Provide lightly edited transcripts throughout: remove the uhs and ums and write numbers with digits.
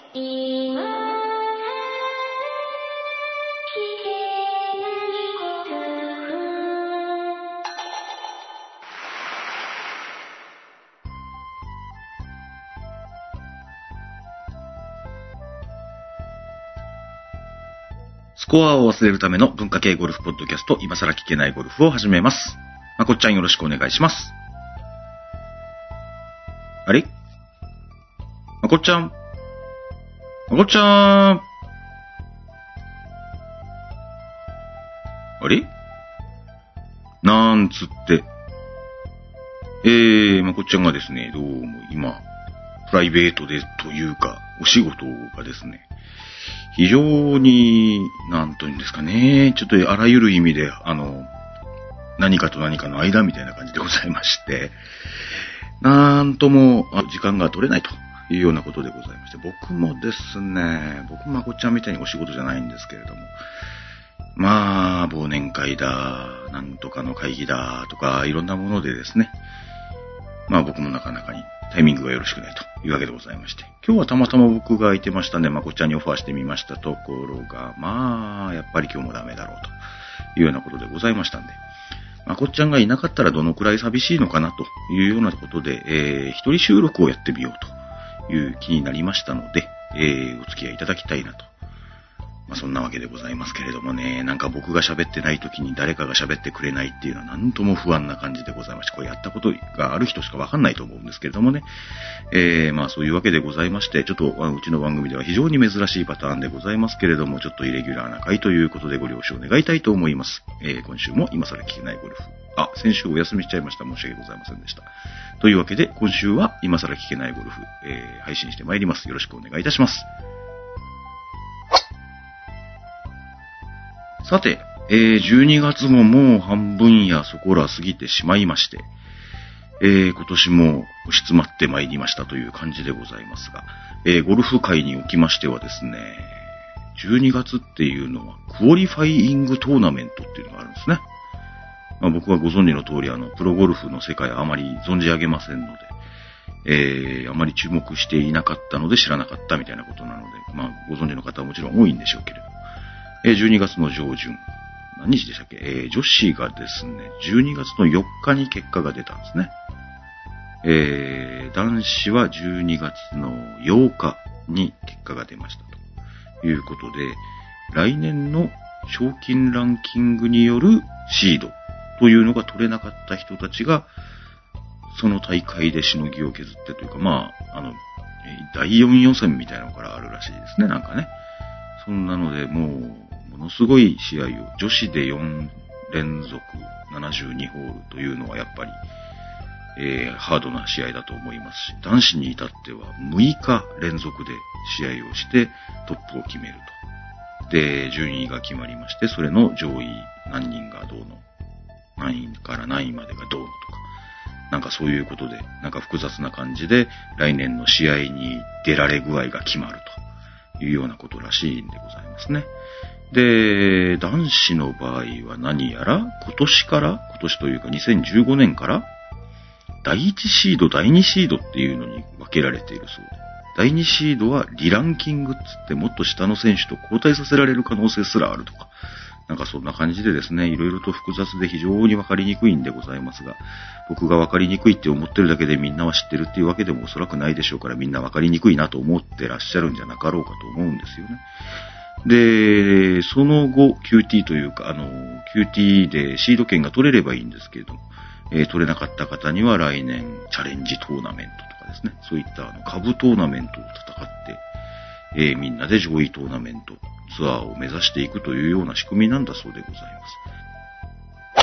スコアを忘れるための文化系ゴルフポッドキャスト、今更聞けないゴルフを始めます。まこっちゃんよろしくお願いします。あれ？まこっちゃん？まこっちゃん？あれ？なんつって。まこっちゃんがですね、どうも今、プライベートでというか、お仕事がですね、非常に、なんというんですかね、ちょっとあらゆる意味で、何かと何かの間みたいな感じでございまして、なんとも時間が取れないというようなことでございまして、僕もですね、僕もまこっちゃんみたいにお仕事じゃないんですけれども、まあ、忘年会だ、なんとかの会議だ、とか、いろんなものでですね、まあ僕もなかなかにタイミングがよろしくないというわけでございまして、今日はたまたま僕が空いてましたんで、まこっちゃんにオファーしてみましたところが、まあ、やっぱり今日もダメだろうというようなことでございましたんで、まこっちゃんがいなかったらどのくらい寂しいのかなというようなことで、一人収録をやってみようという気になりましたので、お付き合いいただきたいなと。まあそんなわけでございますけれどもね、なんか僕が喋ってない時に誰かが喋ってくれないっていうのはなんとも不安な感じでございまして、これやったことがある人しかわかんないと思うんですけれどもね。まあそういうわけでございまして、ちょっとうちの番組では非常に珍しいパターンでございますけれども、ちょっとイレギュラーな回ということでご了承願いたいと思います。今週も今更聞けないゴルフ。先週お休みしちゃいました。申し訳ございませんでした。というわけで、今週は今更聞けないゴルフ、配信してまいります。よろしくお願いいたします。さて、12月ももう半分やそこら過ぎてしまいまして、今年も押し詰まってまいりましたという感じでございますが、ゴルフ界におきましてはですね、12月っていうのはクオリファイングトーナメントっていうのがあるんですね。まあ、僕はご存知の通りプロゴルフの世界あまり存じ上げませんので、あまり注目していなかったので知らなかったみたいなことなので、まあご存知の方はもちろん多いんでしょうけれども、12月の上旬、何日でしたっけ、女子がですね、12月の4日に結果が出たんですね。男子は12月の8日に結果が出ましたということで、来年の賞金ランキングによるシードというのが取れなかった人たちが、その大会でしのぎを削ってというか、まあ、第4予選みたいなのからあるらしいですね、なんかね。そんなので、ものすごい試合を、女子で4連続72ホールというのはやっぱり、ハードな試合だと思いますし、男子に至っては6日連続で試合をしてトップを決めると。で、順位が決まりまして、それの上位何人がどうの、何位から何位までがどうのとか、なんかそういうことで、なんか複雑な感じで来年の試合に出られ具合が決まるというようなことらしいんでございますね。で、男子の場合は何やら今年というか2015年から第1シード、第2シードっていうのに分けられているそうで、第2シードはリランキングっつってもっと下の選手と交代させられる可能性すらあるとか、なんかそんな感じでですね、いろいろと複雑で非常に分かりにくいんでございますが、僕が分かりにくいって思ってるだけでみんなは知ってるっていうわけでもおそらくないでしょうから、みんな分かりにくいなと思ってらっしゃるんじゃなかろうかと思うんですよね。で、その後、QT というか、QT でシード権が取れればいいんですけれども、取れなかった方には来年チャレンジトーナメントとかですね、そういった株トーナメントを戦って、みんなで上位トーナメント、ツアーを目指していくというような仕組みなんだそうでございます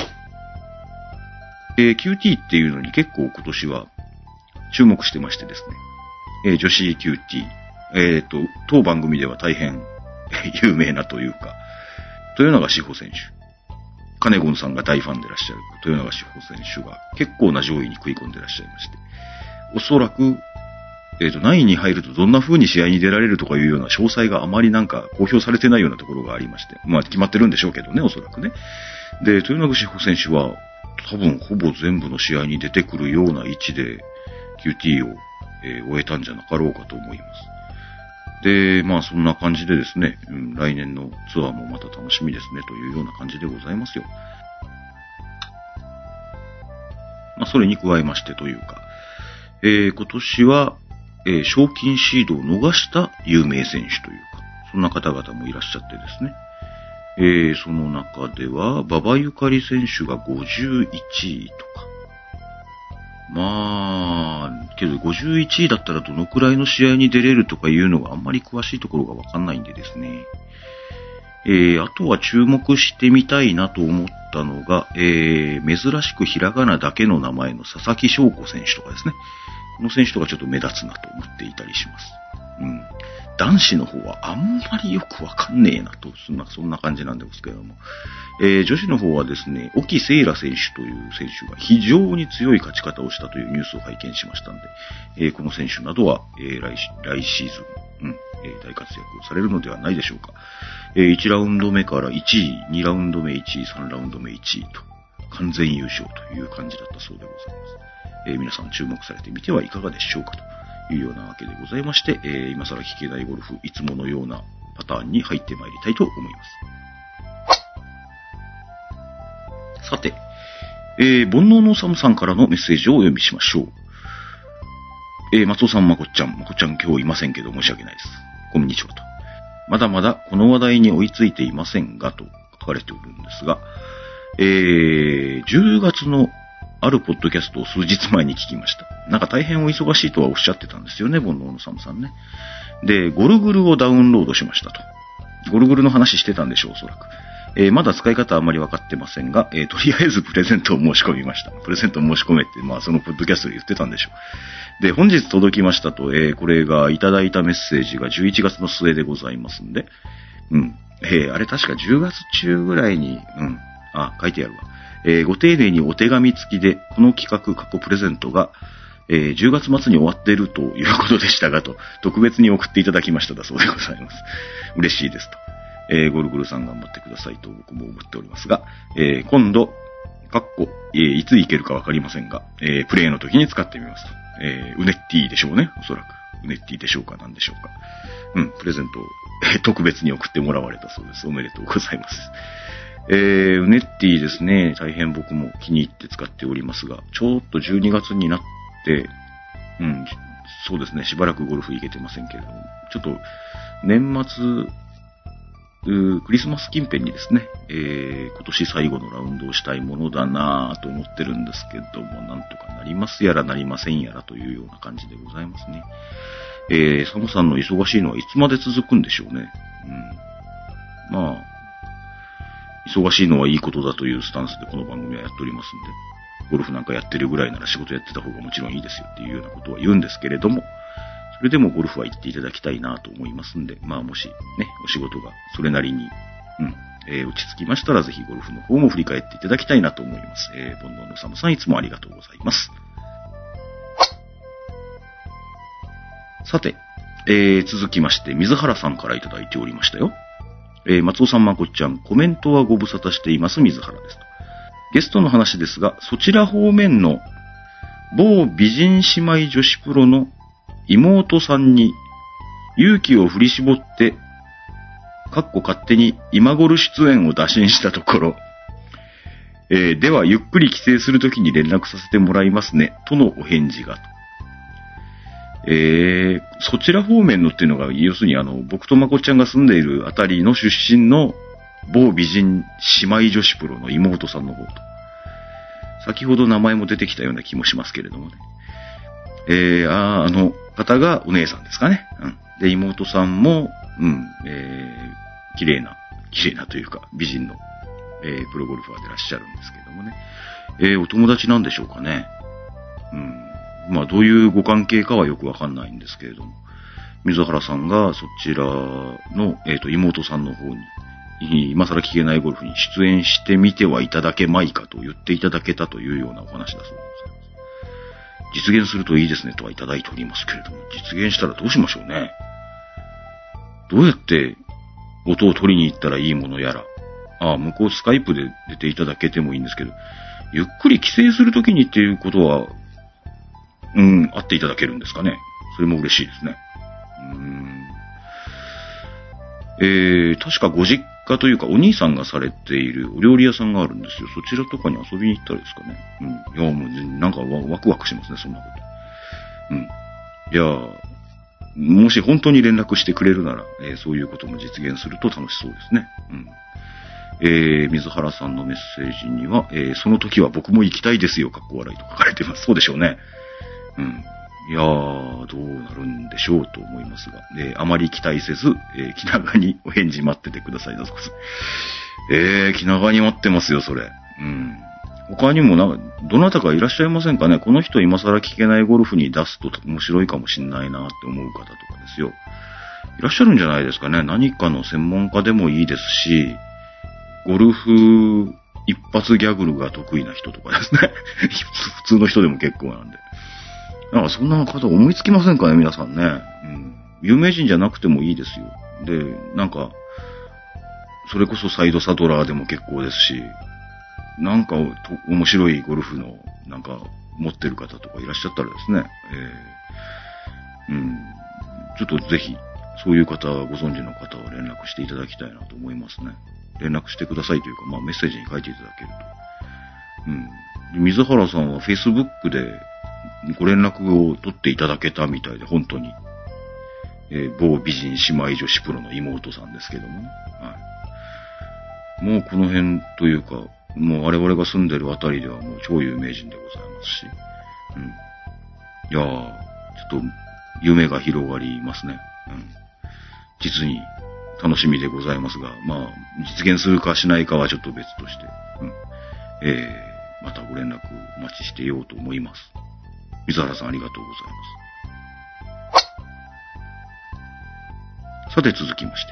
。QT っていうのに結構今年は注目してましてですね、女子 QT、当番組では大変有名なというか、豊永志保選手。カネゴンさんが大ファンでいらっしゃる豊永志保選手が結構な上位に食い込んでいらっしゃいまして、おそらく、何位に入るとどんな風に試合に出られるとかいうような詳細があまりなんか公表されてないようなところがありまして、まあ決まってるんでしょうけどね、おそらくね。で、豊永志保選手は多分ほぼ全部の試合に出てくるような位置で QT を、終えたんじゃなかろうかと思います。 で、まあそんな感じでですね、来年のツアーもまた楽しみですねというような感じでございますよ。まあそれに加えましてというか、今年は、賞金シードを逃した有名選手というか、そんな方々もいらっしゃってですね。その中では、馬場ゆかり選手が51位とか。まあ、けど51位だったらどのくらいの試合に出れるとかいうのがあんまり詳しいところがわかんないんでですね。あとは注目してみたいなと思ったのが、珍しくひらがなだけの名前の佐々木翔子選手とかですね。この選手とかちょっと目立つなと思っていたりします。男子の方はあんまりよくわかんねえなと、そんな感じなんですけれども。女子の方はですね、沖聖羅選手という選手が非常に強い勝ち方をしたというニュースを拝見しましたので、この選手などは、来シーズン、大活躍をされるのではないでしょうか。1ラウンド目から1位、2ラウンド目1位、3ラウンド目1位と、完全優勝という感じだったそうでございます。皆さん注目されてみてはいかがでしょうかというようなわけでございまして、今更聞けないゴルフ、いつものようなパターンに入ってまいりたいと思います。さて、煩悩のサムさんからのメッセージをお読みしましょう。松尾さん、まこっちゃん今日いませんけど申し訳ないです。こんにちはと。まだまだこの話題に追いついていませんがと書かれておるんですが、10月のあるポッドキャストを数日前に聞きました。なんか大変お忙しいとはおっしゃってたんですよね、煩悩のサムさんね。で、ゴルグルをダウンロードしましたと。ゴルグルの話してたんでしょう、おそらく。まだ使い方はあまり分かってませんが、とりあえずプレゼントを申し込みました。プレゼントを申し込めって、まあそのポッドキャストで言ってたんでしょう。で、本日届きましたと、これがいただいたメッセージが11月の末でございますんで、あれ確か10月中ぐらいに、書いてあるわ。ご丁寧にお手紙付きで、この企画過去プレゼントが、10月末に終わっているということでしたがと、特別に送っていただきましただそうでございます。嬉しいですと。ゴルグルさん頑張ってくださいと僕も思っておりますが、今度、いつ行けるかわかりませんが、プレイの時に使ってみますと。ウネッティでしょうね、おそらく。ウネッティでしょうか、なんでしょうか。プレゼントを、特別に送ってもらわれたそうです。おめでとうございます。ウネッティですね、大変僕も気に入って使っておりますが、ちょっと12月になって、そうですね、しばらくゴルフ行けてませんけれども、ちょっと、年末、クリスマス近辺にですね、今年最後のラウンドをしたいものだなぁと思ってるんですけども、なんとかなりますやらなりませんやらというような感じでございますね。サムさんの忙しいのはいつまで続くんでしょうね。まあ、忙しいのはいいことだというスタンスでこの番組はやっておりますんで、ゴルフなんかやってるぐらいなら仕事やってた方がもちろんいいですよっていうようなことは言うんですけれども、それでもゴルフは行っていただきたいなと思いますんで、まあもしね、お仕事がそれなりに、落ち着きましたらぜひゴルフの方も振り返っていただきたいなと思います。煩悩のサムさんいつもありがとうございます。さて、続きまして水原さんからいただいておりましたよ。松尾さん、まこっちゃん、コメントはご無沙汰しています、水原ですと。ゲストの話ですが、そちら方面の某美人姉妹女子プロの妹さんに勇気を振り絞って、勝手に今頃出演を打診したところ、ではゆっくり帰省するときに連絡させてもらいますね、とのお返事がと。そちら方面のっていうのが、要するに僕とまこっちゃんが住んでいるあたりの出身の某美人姉妹女子プロの妹さんの方と。先ほど名前も出てきたような気もしますけれどもね。方がお姉さんですかね。で、妹さんも、綺麗なというか、美人の、プロゴルファーでいらっしゃるんですけどもね。お友達なんでしょうかね。まあ、どういうご関係かはよくわかんないんですけれども、水原さんがそちらの、妹さんの方に、今更聞けないゴルフに出演してみてはいただけまいかと言っていただけたというようなお話だそうでございます。実現するといいですねとはいただいておりますけれども、実現したらどうしましょうね。どうやって音を取りに行ったらいいものやら。向こうスカイプで出ていただけてもいいんですけど、ゆっくり帰省するときにっていうことは、会っていただけるんですかね。それも嬉しいですね。 確かご実家というかお兄さんがされているお料理屋さんがあるんですよ。そちらとかに遊びに行ったらですかね。いや、もうなんかワクワクしますね、そんなこと。いや、もし本当に連絡してくれるなら、そういうことも実現すると楽しそうですね。水原さんのメッセージには、その時は僕も行きたいですよ、かっこ笑いと書かれています。そうでしょうね。いやー、どうなるんでしょうと思いますが、あまり期待せず、気長にお返事待っててくださいだそうです。気長に待ってますよ、それ。他にもどなたかいらっしゃいませんかね。この人今更聞けないゴルフに出すと面白いかもしんないなって思う方とかですよ。いらっしゃるんじゃないですかね。何かの専門家でもいいですし、ゴルフ一発ギャグルが得意な人とかですね。普通の人でも結構なんで。なんかそんな方思いつきませんかね、皆さんね。有名人じゃなくてもいいですよ。で、なんか、それこそサイドサドラーでも結構ですし、なんか面白いゴルフのなんか持ってる方とかいらっしゃったらですね、ちょっとぜひそういう方、ご存知の方は連絡していただきたいなと思いますね。連絡してくださいというか、メッセージに書いていただけると。水原さんは Facebook でご連絡を取っていただけたみたいで、本当に、某美人姉妹女子プロの妹さんですけどもね。もうこの辺というか、もう我々が住んでるあたりではもう超有名人でございますし、いやー、ちょっと夢が広がりますね。実に楽しみでございますが、実現するかしないかはちょっと別として、またご連絡お待ちしていようと思います。水原さんありがとうございます。さて続きまして、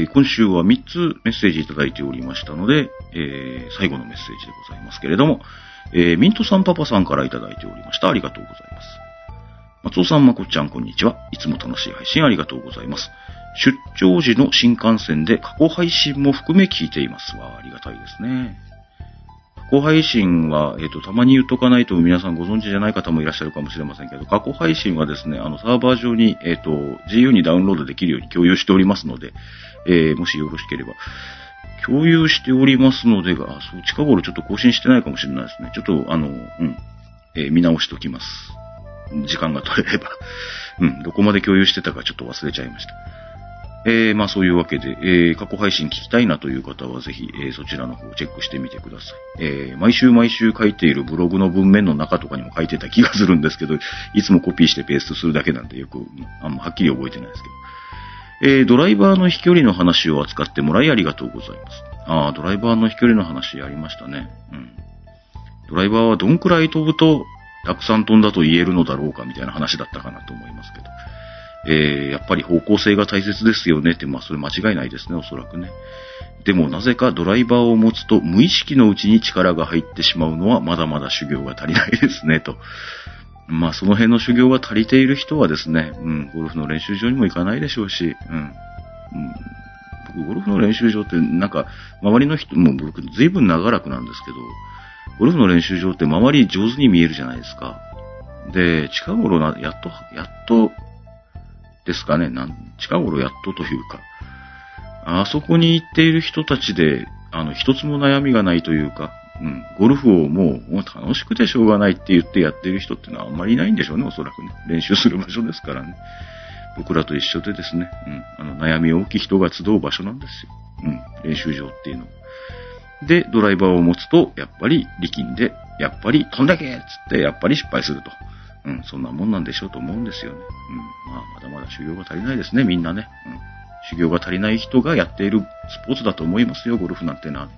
今週は3つメッセージいただいておりましたので、最後のメッセージでございますけれども、ミントさんパパさんからいただいておりました。ありがとうございます。松尾さん、まこっちゃん、こんにちは。いつも楽しい配信ありがとうございます。出張時の新幹線で過去配信も含め聞いていますわ。ありがたいですね。過去配信は、たまに言っとかないと皆さんご存知じゃない方もいらっしゃるかもしれませんけど、過去配信はですね、サーバー上に、自由にダウンロードできるように共有しておりますので、もしよろしければ、共有しておりますのでそう、近頃ちょっと更新してないかもしれないですね。ちょっと、見直しておきます。時間が取れれば。どこまで共有してたかちょっと忘れちゃいました。そういうわけで、過去配信聞きたいなという方はぜひ、そちらの方をチェックしてみてください。毎週書いているブログの文面の中とかにも書いてた気がするんですけど、いつもコピーしてペーストするだけなんでよく、はっきり覚えてないですけど。ドライバーの飛距離の話を扱ってもらいありがとうございます。ドライバーの飛距離の話ありましたね。ドライバーはどんくらい飛ぶと、たくさん飛んだと言えるのだろうかみたいな話だったかなと思いますけど。やっぱり方向性が大切ですよねって、それ間違いないですね、おそらくね。でもなぜかドライバーを持つと無意識のうちに力が入ってしまうのはまだまだ修行が足りないですね、と。その辺の修行が足りている人はですね、ゴルフの練習場にも行かないでしょうし、僕、ゴルフの練習場ってなんか、周りの人も僕随分長らくなんですけど、ゴルフの練習場って周り上手に見えるじゃないですか。で、近頃やっと、ですかね。近頃やっとというか、あそこに行っている人たちで、一つも悩みがないというか、ゴルフをもう楽しくてしょうがないって言ってやっている人ってのはあんまりいないんでしょうね、おそらくね。練習する場所ですからね。僕らと一緒でですね、悩み大きい人が集う場所なんですよ。練習場っていうの。で、ドライバーを持つと、やっぱり力んで、やっぱり飛んでけっつって、やっぱり失敗すると。そんなもんなんでしょうと思うんですよね。まだまだ修行が足りないですね、みんなね。修行が足りない人がやっているスポーツだと思いますよ、ゴルフなんてのは。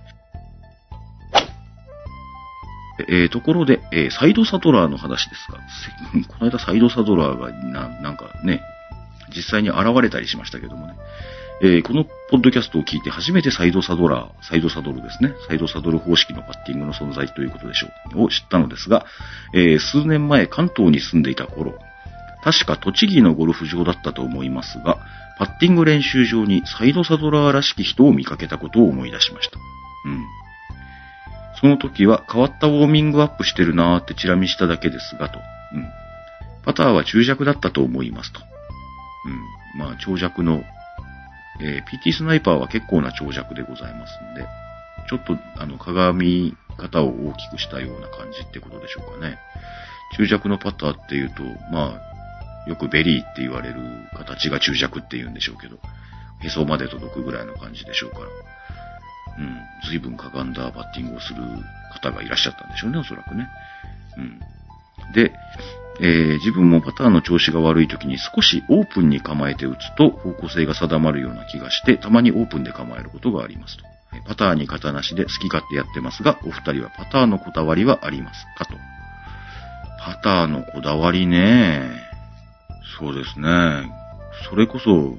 ところで、サイドサドラーの話ですが、この間サイドサドラーがなんかね、実際に現れたりしましたけどもね。このポッドキャストを聞いて初めてサイドサドルですね。サイドサドル方式のパッティングの存在ということでしょう。を知ったのですが、数年前関東に住んでいた頃、確か栃木のゴルフ場だったと思いますが、パッティング練習場にサイドサドラーらしき人を見かけたことを思い出しました。その時は変わったウォーミングアップしてるなーってチラ見しただけですがと。パターは中弱だったと思いますと。長尺の PT スナイパーは結構な長尺でございますんで、ちょっと鏡型を大きくしたような感じってことでしょうかね。中尺のパターっていうと、まあ、よくベリーって言われる形が中尺って言うんでしょうけど、へそまで届くぐらいの感じでしょうから、随分かがんだバッティングをする方がいらっしゃったんでしょうね、おそらくね。で、自分もパターの調子が悪い時に少しオープンに構えて打つと方向性が定まるような気がして、たまにオープンで構えることがありますと。パターに型なしで好き勝手やってますが、お二人はパターのこだわりはありますかと。パターのこだわりね。そうですね。それこそ、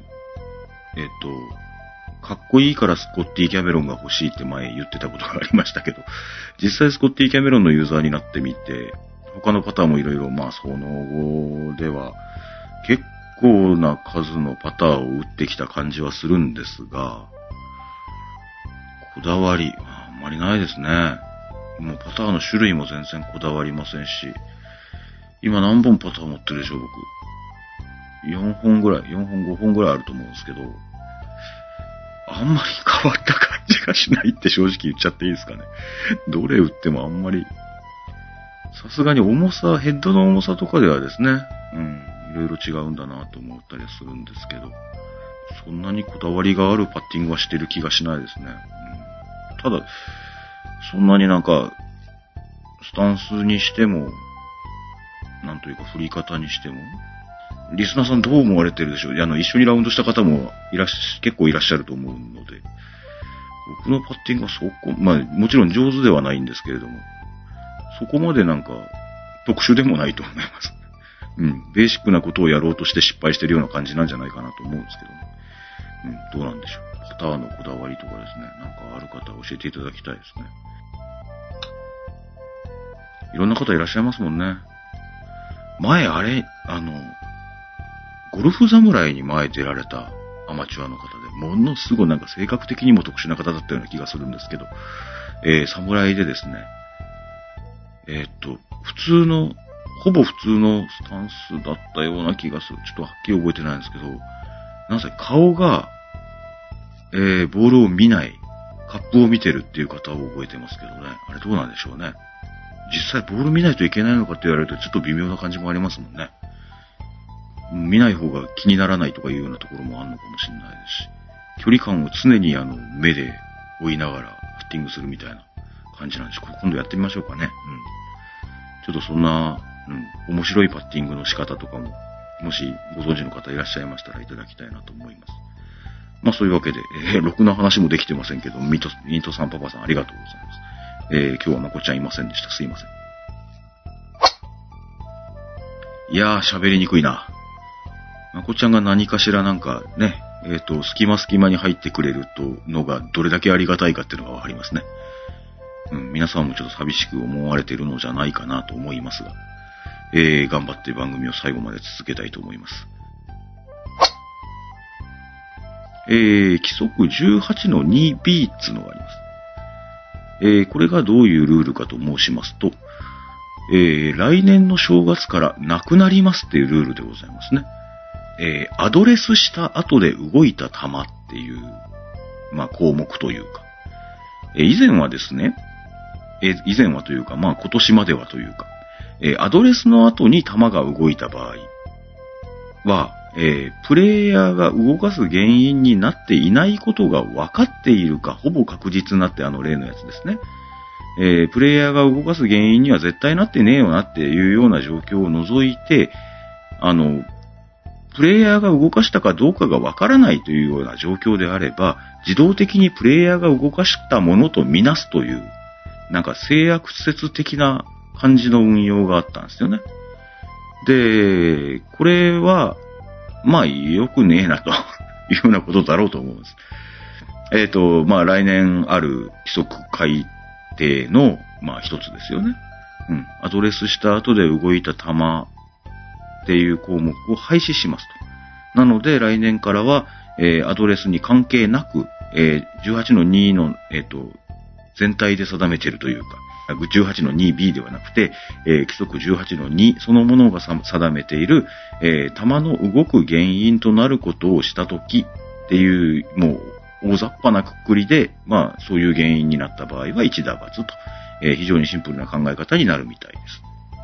かっこいいからスコッティ・キャメロンが欲しいって前言ってたことがありましたけど、実際スコッティ・キャメロンのユーザーになってみて、他のパターもいろいろ、まあその後では結構な数のパターを打ってきた感じはするんですが、こだわり、あんまりないですね。もうパターの種類も全然こだわりませんし、今何本パター持ってるでしょう、僕。4本ぐらい、4本5本ぐらいあると思うんですけど、あんまり変わった感じがしないって正直言っちゃっていいですかね。どれ打ってもあんまり、さすがに重さ、ヘッドの重さとかではですね、いろいろ違うんだなと思ったりするんですけど、そんなにこだわりがあるパッティングはしてる気がしないですね。ただ、そんなになんか、スタンスにしても、なんというか振り方にしても、リスナーさんどう思われてるでしょう。一緒にラウンドした方も結構いらっしゃると思うので、僕のパッティングはまあ、もちろん上手ではないんですけれども、そこまでなんか、特殊でもないと思います。ベーシックなことをやろうとして失敗してるような感じなんじゃないかなと思うんですけどね。どうなんでしょう。パターのこだわりとかですね、なんかある方教えていただきたいですね。いろんな方いらっしゃいますもんね。前ゴルフ侍に前出られたアマチュアの方で、ものすごいなんか性格的にも特殊な方だったような気がするんですけど、侍でですね、ほぼ普通のスタンスだったような気がする。ちょっとはっきり覚えてないんですけど、なんせ顔が、ボールを見ない、カップを見てるっていう方を覚えてますけどね。あれどうなんでしょうね。実際ボール見ないといけないのかって言われるとちょっと微妙な感じもありますもんね。見ない方が気にならないとかいうようなところもあるのかもしれないですし、距離感を常に目で追いながらパッティングするみたいな感じなんです。今度やってみましょうかね。ちょっとそんな、面白いパッティングの仕方とかも、もしご存知の方いらっしゃいましたらいただきたいなと思います。まあそういうわけで、ろくな話もできてませんけど、ミントさんパパさんありがとうございます。今日はまこちゃんいませんでした。すいません。いやー、喋りにくいな。まこちゃんが何かしらなんかね、隙間に入ってくれるのがどれだけありがたいかっていうのがわかりますね。皆さんもちょっと寂しく思われているのじゃないかなと思いますが、頑張って番組を最後まで続けたいと思います。規則 18-2B っていうのがあります。これがどういうルールかと申しますと、来年の正月からなくなりますっていうルールでございますね。アドレスした後で動いた球っていう、まあ、項目というか、以前はですね、以前はというか、まあ、今年まではというか、アドレスの後に球が動いた場合は、プレイヤーが動かす原因になっていないことが分かっているか、ほぼ確実なって例のやつですね。プレイヤーが動かす原因には絶対なってねえよなっていうような状況を除いて、プレイヤーが動かしたかどうかがわからないというような状況であれば、自動的にプレイヤーが動かしたものとみなすという、なんか性悪説的な感じの運用があったんですよね。で、これは、まあ、良くねえなというようなことだろうと思うんです。まあ、来年ある規則改定の、まあ、一つですよね。アドレスした後で動いた球っていう項目を廃止しますと。なので、来年からは、アドレスに関係なく、18-2 の、全体で定めているというか、18-2B ではなくて、規則 18-2 そのものが定めている、球の動く原因となることをしたときっっていう、もう大雑把なくくりで、まあそういう原因になった場合は一打罰と、非常にシンプルな考え方になるみたいです。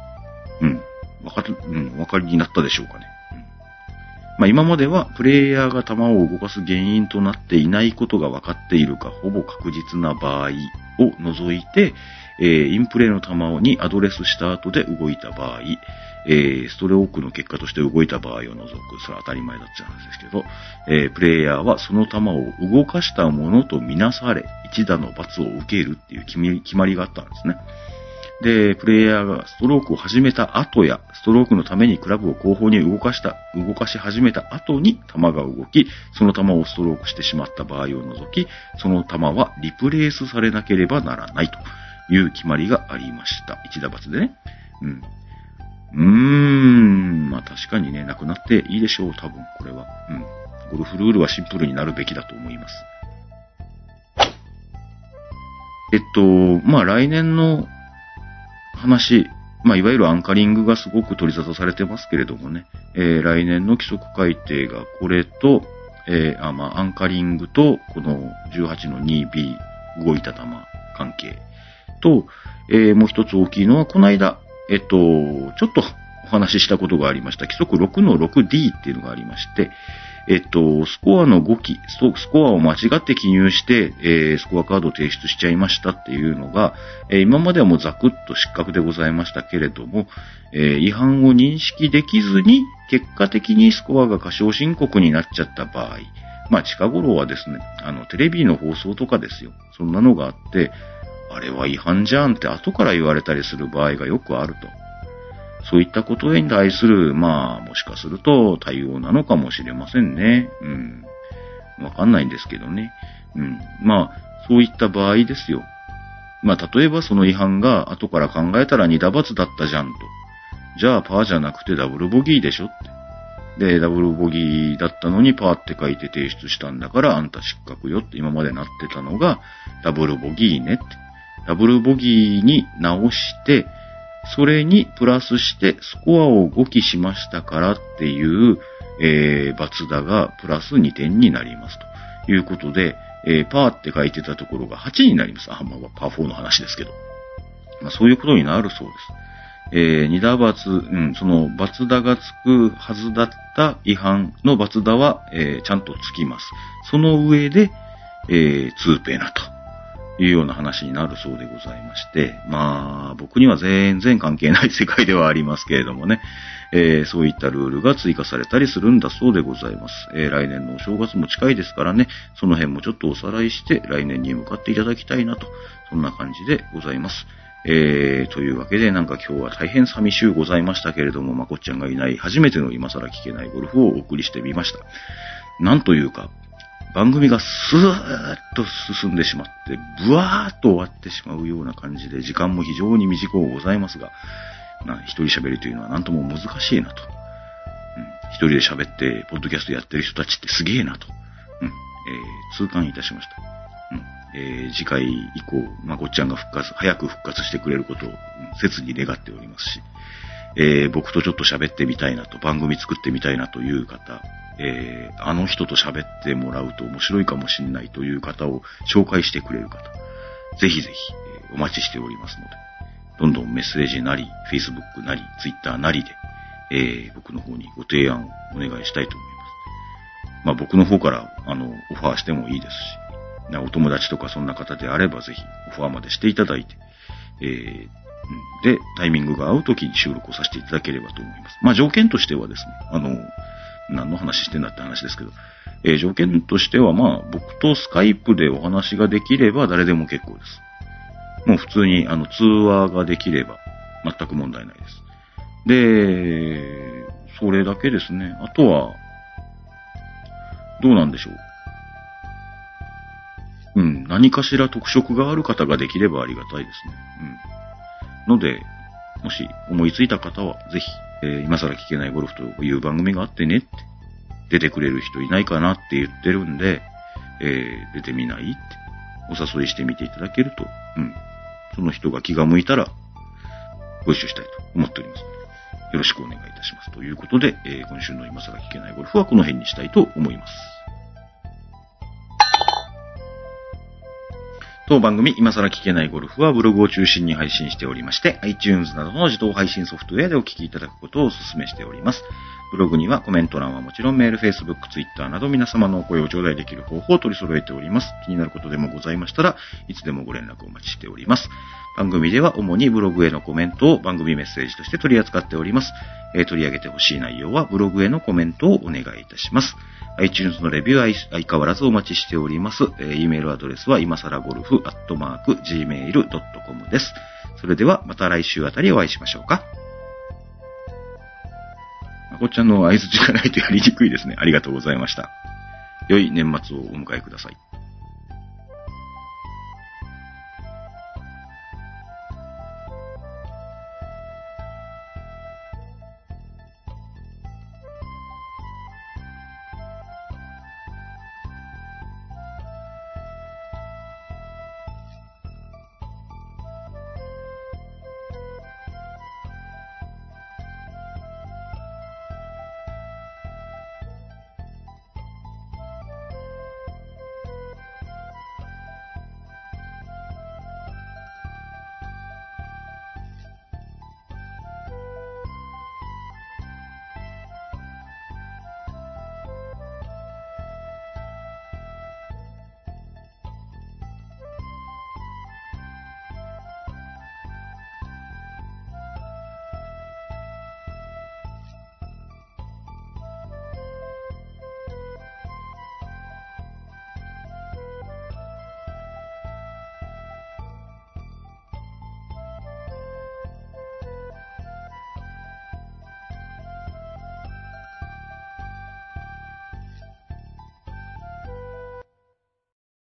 お分かりになったでしょうかね。まあ今まではプレイヤーが球を動かす原因となっていないことが分かっているかほぼ確実な場合を除いて、インプレーの球にアドレスした後で動いた場合、ストロークの結果として動いた場合を除く、それは当たり前だっちゃうんですけど、プレイヤーはその球を動かしたものとみなされ、一打の罰を受けるっていう決まりがあったんですね。で、プレイヤーがストロークを始めた後や、ストロークのためにクラブを後方に動かし始めた後に球が動き、その球をストロークしてしまった場合を除き、その球はリプレイスされなければならないという決まりがありました。一打罰でね。まあ確かにね、なくなっていいでしょう、多分、これは。ゴルフルールはシンプルになるべきだと思います。まあ来年の話、まあいわゆるアンカリングがすごく取り沙汰されてますけれどもね、来年の規則改定がこれと、アンカリングと、この18の 2B 動いた球関係と、もう一つ大きいのは、この間、ちょっとお話ししたことがありました。規則6の 6D っていうのがありまして、スコアの5記、スコアを間違って記入して、スコアカードを提出しちゃいましたっていうのが、今まではもうザクッと失格でございましたけれども、違反を認識できずに、結果的にスコアが過少申告になっちゃった場合、まあ近頃はですね、テレビの放送とかですよ。そんなのがあって、あれは違反じゃんって後から言われたりする場合がよくあると。そういったことに対する、まあ、もしかすると対応なのかもしれませんね。わかんないんですけどね。まあ、そういった場合ですよ。まあ、例えばその違反が後から考えたら2打罰だったじゃんと。じゃあ、パーじゃなくてダブルボギーでしょって。で、ダブルボギーだったのにパーって書いて提出したんだからあんた失格よって今までなってたのがダブルボギーねって。ダブルボギーに直して、それにプラスしてスコアを5記しましたからっていう、罰打がプラス2点になりますということで、パーって書いてたところが8になります。まあ、パー4の話ですけど。まあ、そういうことになるそうです。2打罰、その罰打がつくはずだった違反の罰打は、ちゃんとつきます。その上で、2ペナと。いうような話になるそうでございまして、まあ、僕には全然関係ない世界ではありますけれどもね、そういったルールが追加されたりするんだそうでございます。来年のお正月も近いですからね、その辺もちょっとおさらいして来年に向かっていただきたいなと、そんな感じでございます。というわけでなんか今日は大変寂しゅうございましたけれども、まこっちゃんがいない初めての今更聞けないゴルフをお送りしてみました。なんというか、番組がスーッと進んでしまって、ブワーッと終わってしまうような感じで、時間も非常に短くございますが、一人喋りというのは何とも難しいなと。一人で喋って、ポッドキャストやってる人たちってすげえなと。痛感いたしました。次回以降、まこっちゃんが早く復活してくれることを切に願っておりますし、僕とちょっと喋ってみたいなと、番組作ってみたいなという方、あの人と喋ってもらうと面白いかもしれないという方を紹介してくれる方、ぜひぜひ、お待ちしておりますので、どんどんメッセージなり、Facebook なり、Twitter なりで、僕の方にご提案をお願いしたいと思います。まあ僕の方からオファーしてもいいですし、お友達とかそんな方であればぜひオファーまでしていただいて、で、タイミングが合う時に収録をさせていただければと思います。まあ条件としてはですね、何の話してんだって話ですけど、条件としてはまあ僕とスカイプでお話ができれば誰でも結構です。もう普通に通話ができれば全く問題ないです。で、それだけですね。あとは、どうなんでしょう。何かしら特色がある方ができればありがたいですね。ので、もし思いついた方はぜひ、今更聞けないゴルフという番組があってねって、出てくれる人いないかなって言ってるんで、出てみないってお誘いしてみていただけると、その人が気が向いたらご一緒したいと思っておりますので、よろしくお願いいたします。ということで、今週の今更聞けないゴルフはこの辺にしたいと思います。 当番組今更聞けないゴルフはブログを中心に配信しておりまして、iTunes などの自動配信ソフトウェアでお聞きいただくことをお勧めしております。ブログにはコメント欄はもちろんメール、Facebook、Twitter など皆様のお声を頂戴できる方法を取り揃えております。気になることでもございましたらいつでもご連絡をお待ちしております。番組では主にブログへのコメントを番組メッセージとして取り扱っております。取り上げてほしい内容はブログへのコメントをお願いいたします。iTunes のレビューは相変わらずお待ちしております。E メールアドレスは今更ゴルフ@gmail.com です。それではまた来週あたりお会いしましょうか。まこっちゃんの合図がないとやりにくいですね。ありがとうございました。良い年末をお迎えください。